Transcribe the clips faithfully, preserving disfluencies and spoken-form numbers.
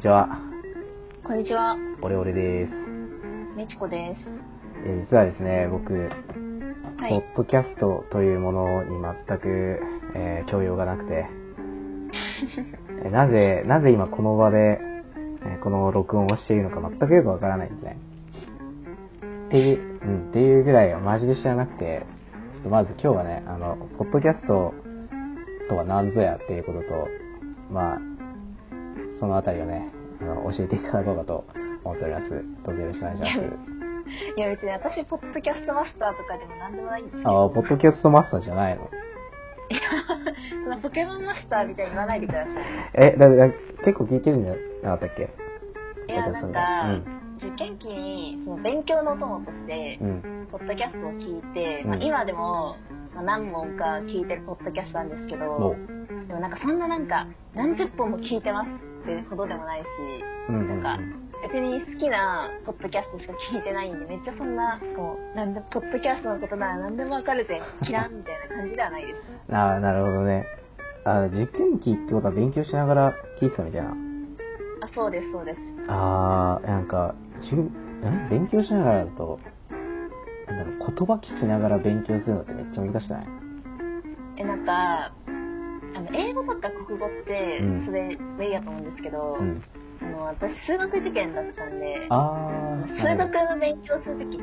にちは。 こんにちは。 オレオレです。 みちこです。 えー、実はですね、僕、 はい、 ポッドキャストというものに全く、えー、教養がなくて、えなぜ、なぜ今この場で、えー、この録音をしているのか全くよくわからないんですね。っていう、うん、っていうぐらいマジで知らなくて、ちょっとまず今日はね、あの、ポッドキャストとは何ぞやっていうことと、まあ、そのあたりをね、あの、教えていただこうかと思っております。どうぞよろしくお願いします。 いや別に私ポッドキャストマスターとかでもなんでもないんですけど。ああ、ポッドキャストマスターじゃないの？ いや、そのポケモンマスターみたいに言わないでください。 え、だだ結構聞いてるんじゃなかったっけ？ いや、なんか、うん、受験期にその勉強のお供として、うん、ポッドキャストを聞いて、うん、まあ、今でも、まあ、何本か聞いてるポッドキャストなんですけど、でもなんかそんななんか何十本も聞いてますってほどでもないし、うん、なんか別に好きなポッドキャストしか聞いてないんで、めっちゃそんなこうなんでポッドキャストのことなら何でも分かるぜキランみたいな感じではないです。 ああ、なるほどね。あ、受験期ってことは勉強しながら聞いてたみたいな。あ、 そうですそうです。 ああ、なんかん勉強しながらだと、なんだろう、言葉聞きながら勉強するのってめっちゃ難しくない？ え、なんかあの英語とか国語ってそれでいいやと思うんですけど、うん、あの私数学受験だったんで、あ数学の勉強するときって、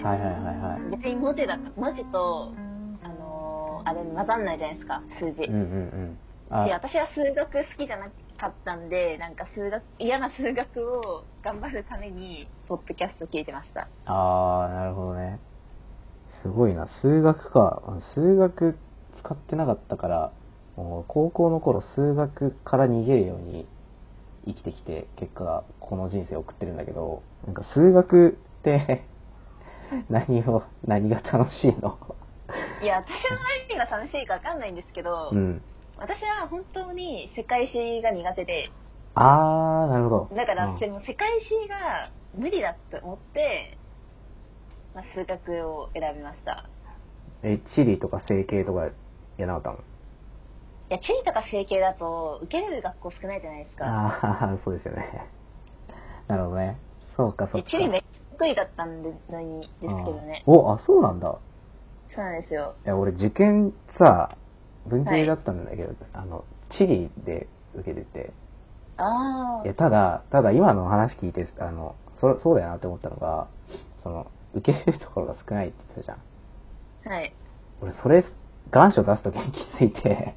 はいはいはいはい、別に文字だ文字とあのー、あれ混ざんないじゃないですか、数字。うんうんうん。し私は数学好きじゃなかったんで、なんか数学嫌な数学を頑張るためにポッドキャスト聞いてました。 ああ、なるほどね。すごいな、数学か。数学使ってなかったから、もう高校の頃数学から逃げるように生きてきて、結果この人生を送ってるんだけど、なんか数学って何を何が楽しいの？ いや、私は何が楽しいか分かんないんですけど、うん、私は本当に世界史が苦手で、 あー、なるほど。 だから、うん、でも世界史が無理だと思って、まあ、数学を選びました。 え、地理とか整形とかやなかったの？ いや、地理とか整形だと受けれる学校少ないじゃないですか。 ああ、そうですよね。なるほどね。そうかそうか。 地理めっちゃ得意だったんですけどね。 お、あ、そうなんだ。 そうなんですよ。 いや、俺受験さ、文系だったんだけど、はい、あの地理で受けてて。ああ。いや、ただただ今の話聞いて、あのそそうだよなって思ったのが、その受けれるところが少ないって言ってたじゃん。はい。俺それ願書出すときに気づいて。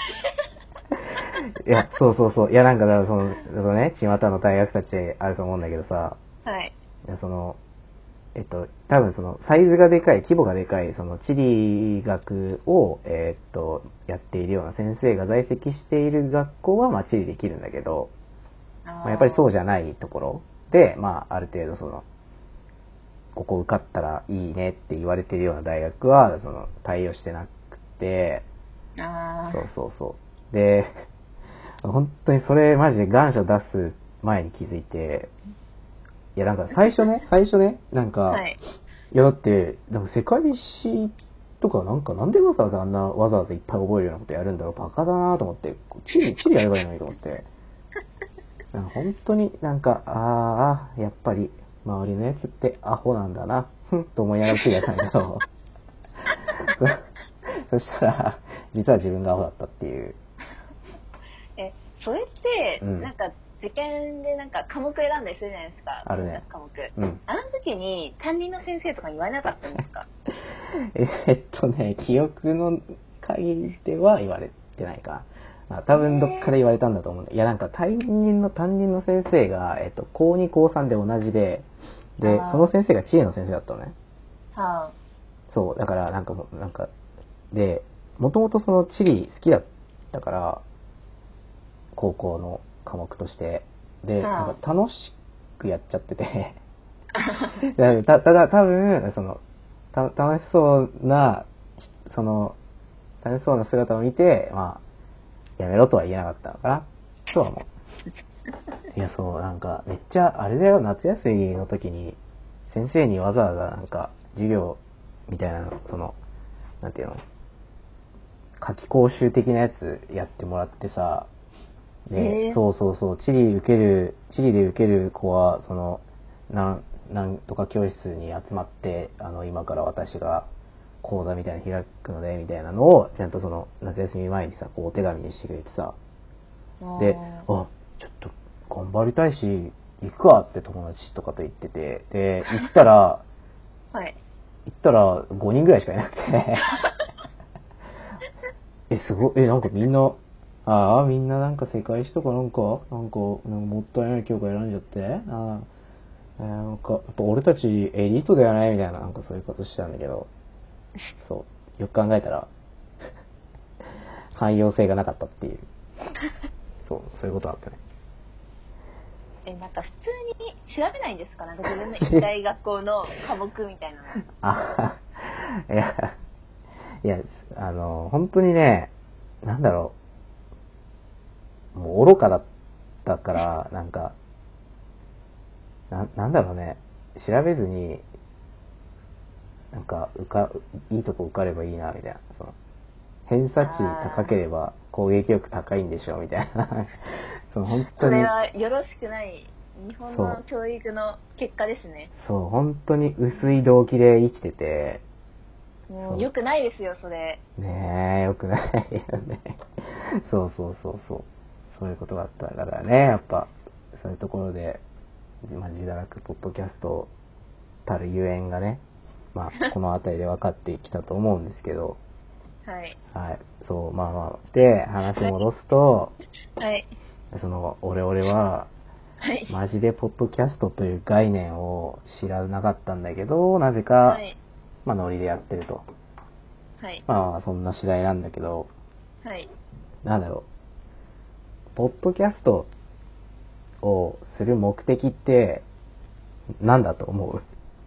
いや、そうそうそう。いや、なんかだからその、そのね、巷の大学たちあると思うんだけどさ。はい。いや、その、えっと、多分その、サイズがでかい、規模がでかい、その、地理学を、えー、っと、やっているような先生が在籍している学校は、まあ、地理できるんだけど、まあ、やっぱりそうじゃないところで、まあ、ある程度その、ここ受かったらいいねって言われているような大学は、その、対応してなくて、あそうそうそう。で、本当にそれマジで願書出す前に気づいて、いやなんか最初ね、最初ね、なんか、はい、いやだって、なんか世界史とかなんかなんでわざわざあんなわざわざいっぱい覚えるようなことやるんだろう、バカだなと思って、地理、地理やればいいのにと思って。なんか本当になんか、ああ、やっぱり周りのやつってアホなんだな、ふんと思いながら地理やったんだけど、そ, そしたら、実は自分がアホだったっていう。 え、それって、うん、なんか受験でなんか科目選んだりするじゃないですか。 あるね。 科目。うん。あの時に担任の先生とか言われなかったんですか？ えっとね、記憶の限りでは言われてないか。まあ、多分どっから言われたんだと思うんだ。いやなんか担任の担任の先生が、えっと、高に高さんで同じで、で、その先生が地理の先生だったのね。はあ。そう、だからなんかもう、なんか、で、もともとその地理好きだったから、高校の科目として。で、はあ、なんか楽しくやっちゃってて。た, ただ多分、その、た楽しそうな、その、楽しそうな姿を見て、まあ、やめろとは言えなかったのかな、とは思う。いや、そう、なんか、めっちゃ、あれだよ、夏休みの時に、先生にわざわざなんか、授業みたいなの、その、なんていうの、夏期講習的なやつやってもらってさ、 で、えー、そうそうそう、地理受ける、地理で受ける子は、その、なん、なんとか教室に集まって、あの、今から私が講座みたいなの開くので、みたいなのを、ちゃんとその、夏休み前にさ、こう、お手紙にしてくれてさ、で、あ、ちょっと、頑張りたいし、行くかって友達とかと言ってて、で、行ったら、 はい。 行ったらごにんぐらいしかいなくて、え、すごい、え、なんかみんな、ああ、みんななんか世界史とかなんか、なんか、なんかもったいない教科選んじゃって、ああ、なんか、やっぱ俺たちエリートだよね、みたいな、なんかそういうことしてたんだけど、そう、よく考えたら、汎用性がなかったっていう、そう、そういうことだったね。 え、なんか普通に調べないんですか？なんか自分の行きたい学校の科目みたいなの。 あ、いや、いや、あの、本当にね、なんだろう、もう愚かだったから、なんか、な、なんだろうね、調べずに、なんか、受か、いいとこ受かればいいな、みたいな。その、偏差値高ければ攻撃力高いんでしょ、みたいな。その本当に。 それはよろしくない日本の教育の結果ですね。 そう、本当に薄い動機で生きてて。 もう良くないですよ、それ。 ねえ、良くないよね。そうそうそうそう。そういうことだった。だからね、やっぱ、そういうところで、まあ、自堕落ポッドキャストたるゆえんがね、まあ、このあたりで分かってきたと思うんですけど、 はい。 はい。そう、まあまあ。で、話戻すと、 はい。 その、俺俺は、はい、マジでポッドキャストという概念を知らなかったんだけど、なぜか、はい、まあノリでやってると。はい。まあそんな次第なんだけど、はい。なんだろう。ポッドキャストをする目的って、なんだと思う？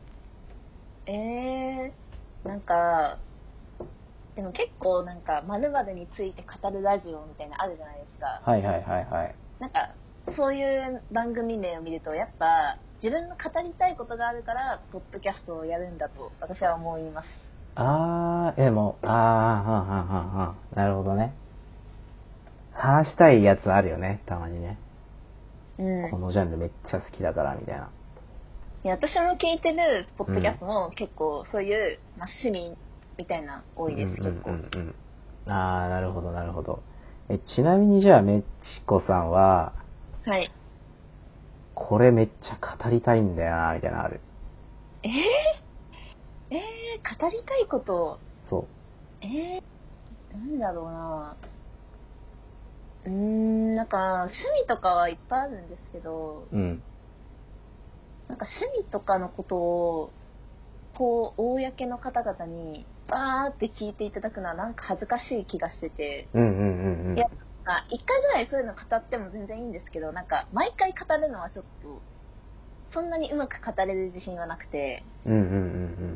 えー、なんか、でも結構なんか、〇〇について語るラジオみたいなのあるじゃないですか。 はいはいはいはい。なんか、そういう番組名を見ると、やっぱ、自分の語りたいことがあるから、ポッドキャストをやるんだと、私は思います。 あー、でも、あー、はんはんはんはん。なるほどね。話したいやつあるよね、たまにね。うん。このジャンルめっちゃ好きだから、みたいな。 いや、私も聞いてるポッドキャストも結構そういう、まあ、趣味みたいな多いです、うんうんうんうん、結構。あー、なるほどなるほど。え、ちなみにじゃあ、めっちこさんは、はい。これめっちゃ語りたいんだよな、みたいなのある？ えー、えー、語りたいこと。そう。えー、なんだろうな。うーん、なんか、趣味とかはいっぱいあるんですけど、うん。なんか趣味とかのことを、こう、公の方々に、バーって聞いていただくのはなんか恥ずかしい気がしてて。うんうんうんうん。いや、まあ、一回ぐらいそういうの語っても全然いいんですけど、なんか、毎回語るのはちょっと、そんなにうまく語れる自信はなくて。 うんうんうんうん。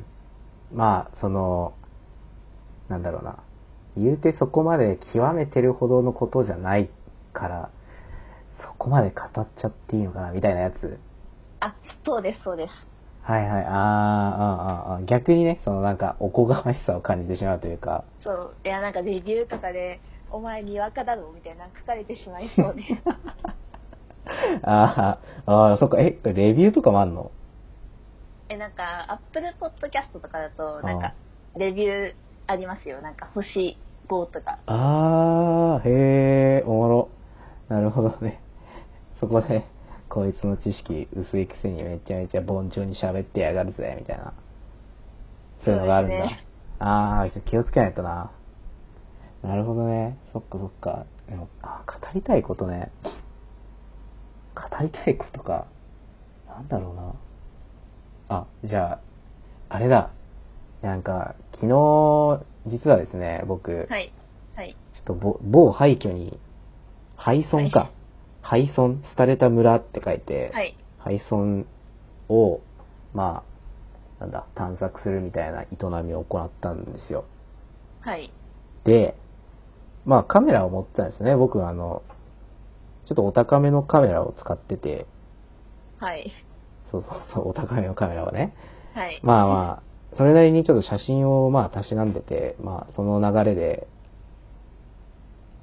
まあ、その、なんだろうな。言うてそこまで極めてるほどのことじゃないから、そこまで語っちゃっていいのかな、みたいなやつ。 あ、そうです、そうです。 はいはい、あー、あー、あー、逆にね、そのなんか、おこがましさを感じてしまうというか。 そう。いや、なんかレビューとかで、お前にわかだろみたいな書かれてしまいそうで。 あー、あー、そっか、え、レビューとかもあんの？ え、なんか、アップルポッドキャストとかだと、なんか、レビューありますよ。なんか、星ごとか。 あー、へー、おもろ。なるほどね。そこで、こいつの知識薄いくせにめちゃめちゃ凡調に喋ってやがるぜ、みたいな。そういうのがあるんだ。ね、あー、気をつけないとな。なるほどね。そっかそっか。でも、あ、語りたいことね。語りたいことか。なんだろうな。あ、じゃあ、あれだ。なんか、昨日、実はですね、僕、はい。はい。ちょっと某廃墟に、廃村か。はい、廃村、廃れた村って書いて、はい。廃村を、まあ、なんだ、探索するみたいな営みを行ったんですよ。はい。で、まあカメラを持ってたんですね。僕はあの、ちょっとお高めのカメラを使ってて。はい。そうそうそう、お高めのカメラをね。はい。まあまあ、それなりにちょっと写真をまあたしなんでて、まあその流れで、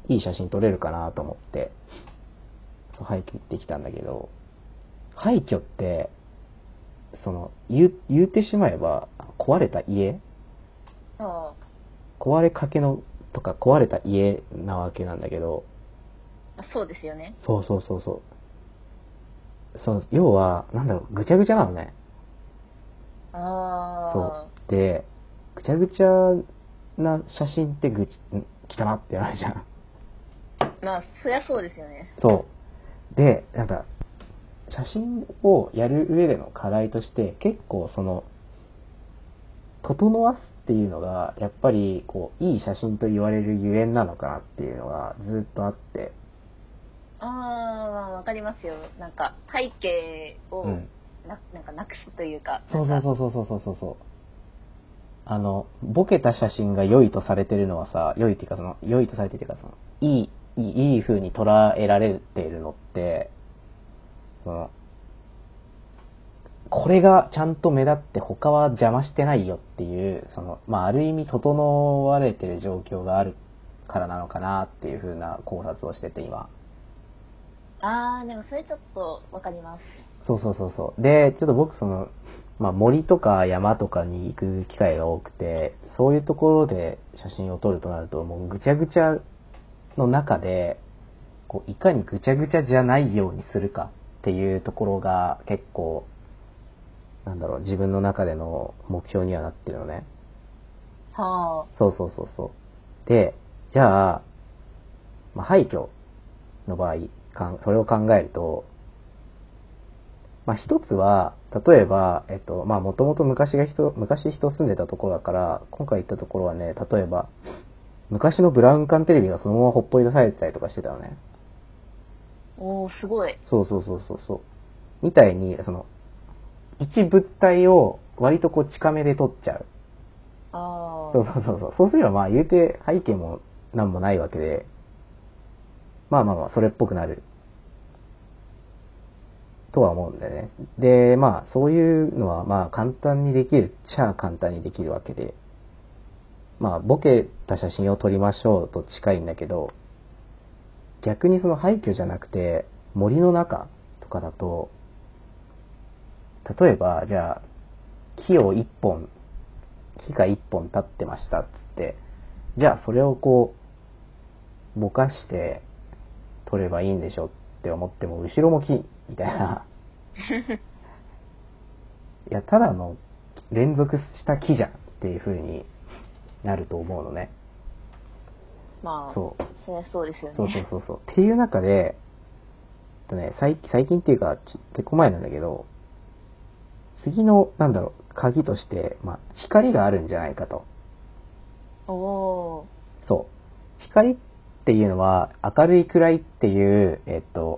いい写真撮れるかなと思って、そう廃墟行ってきたんだけど、廃墟って、その、言う、言うてしまえば、壊れた家ああ壊れかけの、とか壊れた家なわけなんだけど、 そうですよね。 そうそうそうそう。そう、要は、なんだろう、ぐちゃぐちゃなのね。 ああ。 そう。で、ぐちゃぐちゃな写真ってぐち、汚ってなるじゃん。 まあ、そりゃそうですよね。 そう。で、なんか、写真をやる上での課題として、結構その、整わすっていうのが、やっぱり、こう、いい写真と言われるゆえんなのかなっていうのがずっとあって。 ああ、わかりますよ。なんか、背景を、うん、な, なんかなくすというか。 そうそうそうそうそうそうそう。あの、ボケた写真が良いとされてるのはさ、良いっていうかその、良いとされてるっていうかその、いい、いい、いい風に捉えられているのって、その、これがちゃんと目立って他は邪魔してないよっていう、その、まあ、ある意味整われてる状況があるからなのかなっていう風な考察をしてて今。 あー、でもそれちょっとわかります。 そうそうそうそう。で、ちょっと僕その、まあ、森とか山とかに行く機会が多くて、そういうところで写真を撮るとなると、もうぐちゃぐちゃの中で、こういかにぐちゃぐちゃじゃないようにするかっていうところが結構、なんだろう、自分の中での目標にはなってるのね。 はあ。 そうそうそうそう。で、じゃあ、まあ、廃墟の場合、それを考えると、まあ、一つは、例えば、えっと、まあ、もともと昔が人、昔人住んでたところだから、今回行ったところはね、例えば、昔のブラウン管テレビがそのままほっぽり出されてたりとかしてたのね。 おー、すごい。 そうそうそうそうそう。みたいに、その、一物体を割とこう近めで撮っちゃう。 ああ。 そうそうそうそう。そうすればまあ言うて背景もなんもないわけで、まあまあまあそれっぽくなる。とは思うんだよね。で、まあそういうのはまあ簡単にできるっちゃ簡単にできるわけで、まあボケた写真を撮りましょうと近いんだけど、逆にその廃墟じゃなくて森の中とかだと、例えばじゃあ木を一本、木が一本立ってましたっつって、じゃあそれをこうぼかして撮ればいいんでしょって思っても後ろも木みたいな。いやただの連続した木じゃんっていう風になると思うのね。 まあ、そうそりゃそうですよね。 そうそうそうそう。っていう中で、とね、最最近っていうか結構前なんだけど、次のなんだろう鍵として、まあ、光があるんじゃないかと。 おー。 そう。光っていうのは明るい暗いっていうえっと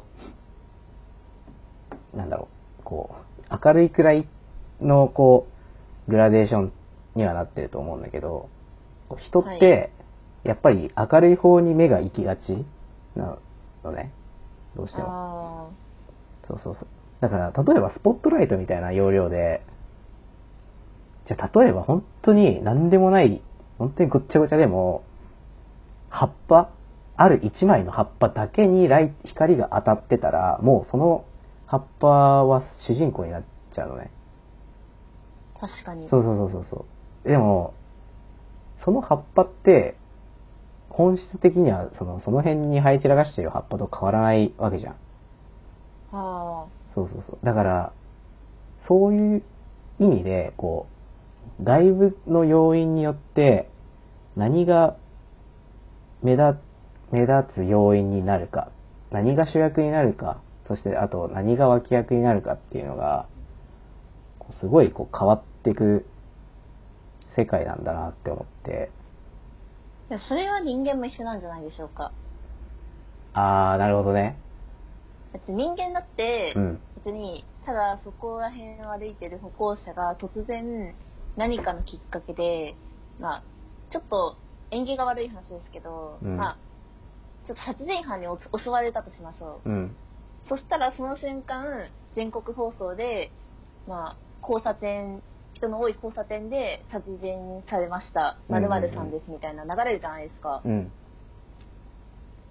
なんだろうこう明るい暗いのこうグラデーションにはなってると思うんだけど、人ってやっぱり明るい方に目が行きがちなのね、どうしても。あそうそうそう。だから例えばスポットライトみたいな要領で、じゃあ例えば本当に何でもない本当にごっちゃごちゃでも葉っぱある一枚の葉っぱだけにライ光が当たってたら、もうその葉っぱは主人公になっちゃうのね。 確かに。 そうそうそうそう。でもその葉っぱって本質的にはそのその辺に生え散らかしている葉っぱと変わらないわけじゃん。 はあ。 そうそうそう。だからそういう意味でこう外部の要因によって何が目立目立つ要因になるか、何が主役になるか、そしてあと何が脇役になるかっていうのがすごいこう変わっていく世界なんだなって思って。 いや、それは人間も一緒なんじゃないでしょうか。 あー、なるほどね。 だって人間だって、 うん、 別にただそこら辺を歩いてる歩行者が突然何かのきっかけで、まあちょっと縁起が悪い話ですけど、うん、まあちょっと殺人犯に襲われたとしましょう。うん、そしたらその瞬間全国放送で、まあ交差点、人の多い交差点で殺人されました、〇〇さんですみたいな流れるじゃないですか。うん、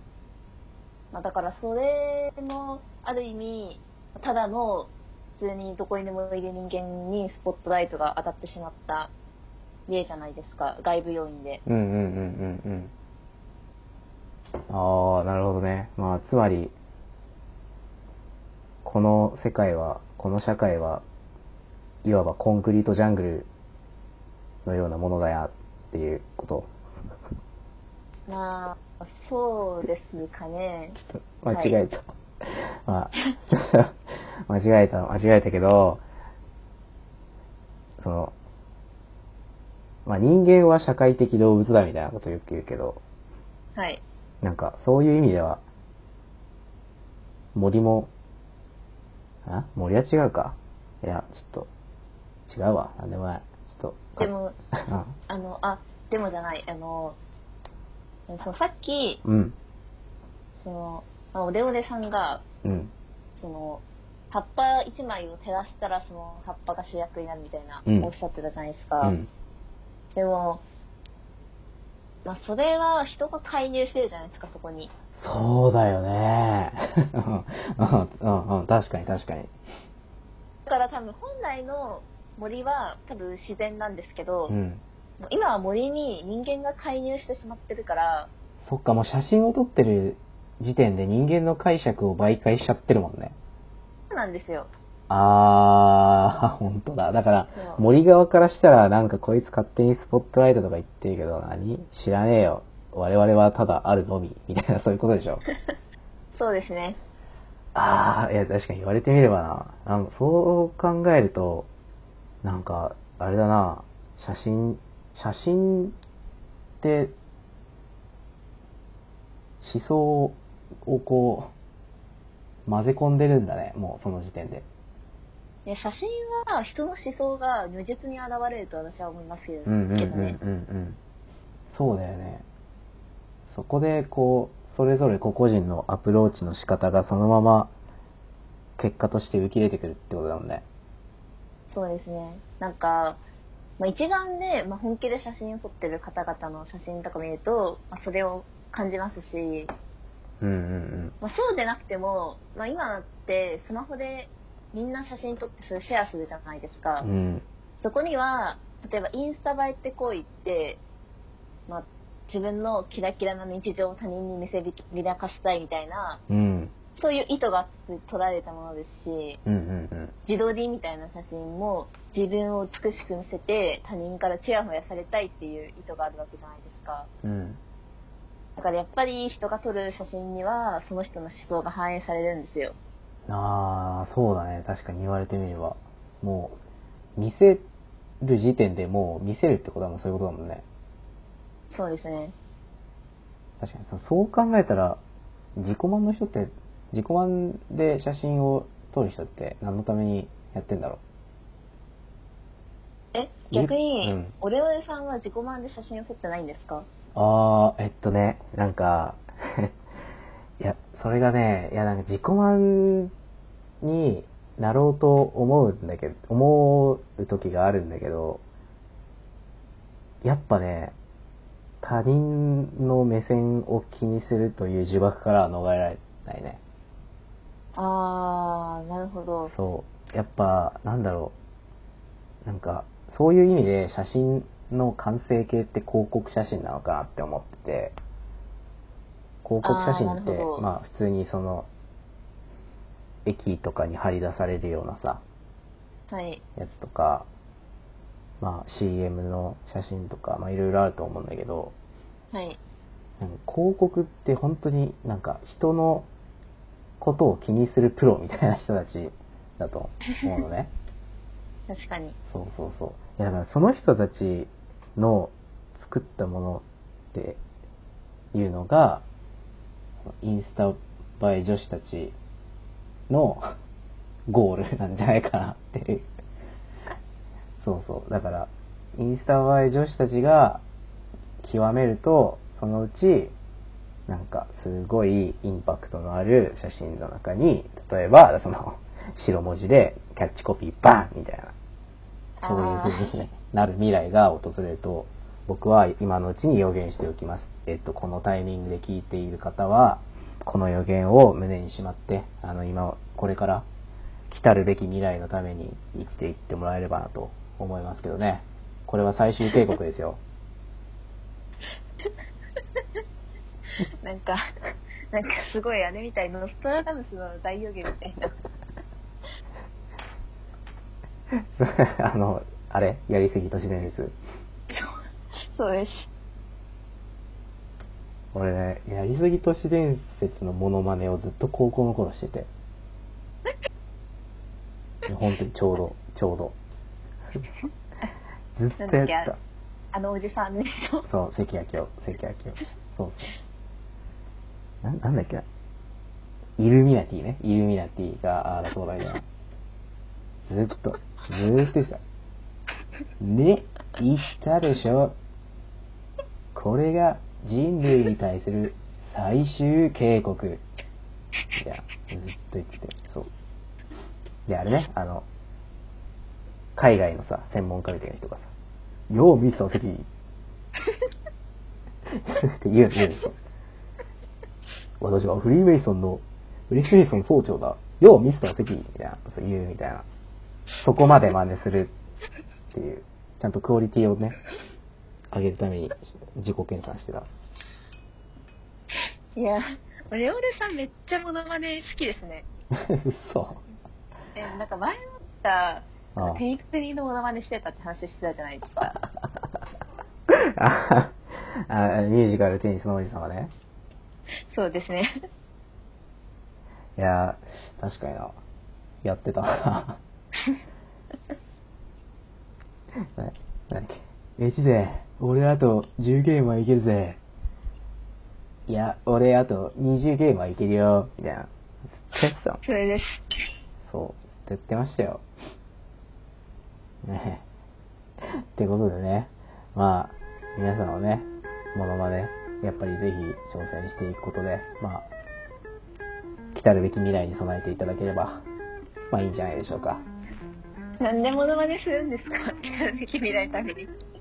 まあ、だからそれもある意味ただの普通にどこにでもいる人間にスポットライトが当たってしまった例じゃないですか、外部要因で。 うんうんうんうんうん。ああ、なるほどね。まあつまりこの世界はこの社会はいわばコンクリートジャングルのようなものだよっていうこと。 まあそうですかね。 ちょっと間違えた。はい、まあ間違えた間違えたけど、そのまあ人間は社会的動物だみたいなことよく言うけど、 はい。 なんかそういう意味では森も、あ森は違うか。いやちょっと違うわ。なんでもない。ちょっとでもあのあでもじゃないあのそのさっき、うん、そのオレオレさんが、うん、その葉っぱいちまいを照らしたらその葉っぱが主役になるみたいな、うん、おっしゃってたじゃないですか。うん、でも、まあ、それは人が介入してるじゃないですか、そこに。 そうだよね。うんうん、確かに確かに。 だから多分本来の森は多分自然なんですけど、うん、今は森に人間が介入してしまってるから。 そっか、もう写真を撮ってる時点で人間の解釈を媒介しちゃってるもんね。 そうなんですよ。 あー、本当だ。だから森側からしたらなんかこいつ勝手にスポットライトとか言ってるけど、何知らねえよ。我々はただあるのみみたいな、そういうことでしょ。 そうですね。 あー、いや確かに言われてみればな、なんかそう考えるとなんかあれだな、写真写真って思想をこう混ぜ込んでるんだね、もうその時点で。 ね、写真は人の思想が如実に現れると私は思いますけどね。うんうんうんうん、 そうだよね。そこでこうそれぞれ個々人のアプローチの仕方がそのまま結果として浮き出てくるってことだもんね。 そうですね。なんか、まあ、一眼で、まあ、本気で写真を撮ってる方々の写真とか見ると、まあ、それを感じますし、うんうんうんまあ、そうでなくても、まあ、今ってスマホでみんな写真撮ってそれシェアするじゃないですか。うん、そこには例えばインスタ映えって行為って、まあ、自分のキラキラな日常を他人に見せびらかしたいみたいな、うん、そういう意図があって撮られたものですし、うんうんうん、自撮りみたいな写真も自分を美しく見せて他人からチヤホヤされたいっていう意図があるわけじゃないですか。うん、だからやっぱり人が撮る写真にはその人の思想が反映されるんですよ。 ああ、そうだね。確かに言われてみれば、もう見せる時点でもう見せるってことはもうそういうことだもんね。 そうですね。 確かにそう考えたら自己満の人って自己満で写真を撮る人って何のためにやってんだろう。え、逆に、うん、オレオレさんは自己満で写真を撮ってないんですか？ あー、えっとね、なんかいや、それがね、いやなんか自己満になろうと思うんだけど、思う時があるんだけど、やっぱね、他人の目線を気にするという呪縛からは逃れられないね。 あー、なるほど。 そう。やっぱ、なんだろう。なんか、そういう意味で写真の完成形って広告写真なのかなって思ってて、広告写真って、まあ普通にその、駅とかに貼り出されるようなさ、はい、やつとか、まあ シーエム の写真とか、まあいろいろあると思うんだけど、はい、なんか広告って本当になんか人のことを気にするプロみたいな人たちだと思うのね。 確かに。 そうそうそう。いやだからその人たちの作ったものっていうのが、インスタ映え女子たちのゴールなんじゃないかなっていう。そうそう。だから、インスタ映え女子たちが極めると、そのうち、なんか、すごいインパクトのある写真の中に、例えば、その、白文字でキャッチコピーバンみたいな、そういう風に、ね、なる未来が訪れると、僕は今のうちに予言しておきます。えっと、このタイミングで聞いている方は、 この予言を胸にしまって、あの、今、これから、来たるべき未来のために生きていってもらえればなと思いますけどね。これは最終警告ですよ。 なんか、なんかすごいあれみたい、ノストラダムスの大予言みたいな。あの、あれやりすぎ都市伝説。 そうです。 俺ね、やりすぎ都市伝説のモノマネをずっと高校の頃してて。本当にちょうど、ちょうど。ずっとやってた。 あのおじさんでしょ。 そう、関明夫、関明夫。そうそう。な、なんだっけな。イルミナティね。イルミナティが、ああだそうだけど。ずっと、ずーっとさ。ね、言ったでしょ。これが人類に対する最終警告。いや、ずっと言ってて、そう。で、あれね、あの、海外のさ、専門家みたいな人がさ、ようミスター関って言う、言うんですよ。私はフリーメイソンの、フリーメイソン総長だ。ようミスター関みたいな、そう言うみたいな。そこまで真似するっていう、ちゃんとクオリティをね、上げるために自己研鑽してた。 いや、レオレさんめっちゃモノマネ好きですね。 嘘。 え、なんか前もったテニプリのモノマネしてたって話してたじゃないですか。 ああ、ミュージカルテニスのおじさんはね。 そうですね。 いや、確かにな。やってた。な、なんだっけ。えちぜ、俺あとじゅうゲームはいけるぜ。いや、俺あとにじゅうゲームはいけるよ。みたいな。ずっとやってた。 それです。 そう、ずっとやってましたよ。ねえ。ってことでね、まあ、皆さんのね、モノマネ、やっぱりぜひ挑戦していくことで、まあ、来たるべき未来に備えていただければ、まあいいんじゃないでしょうか。 なんでモノマネするんですか？来たるべき未来のために。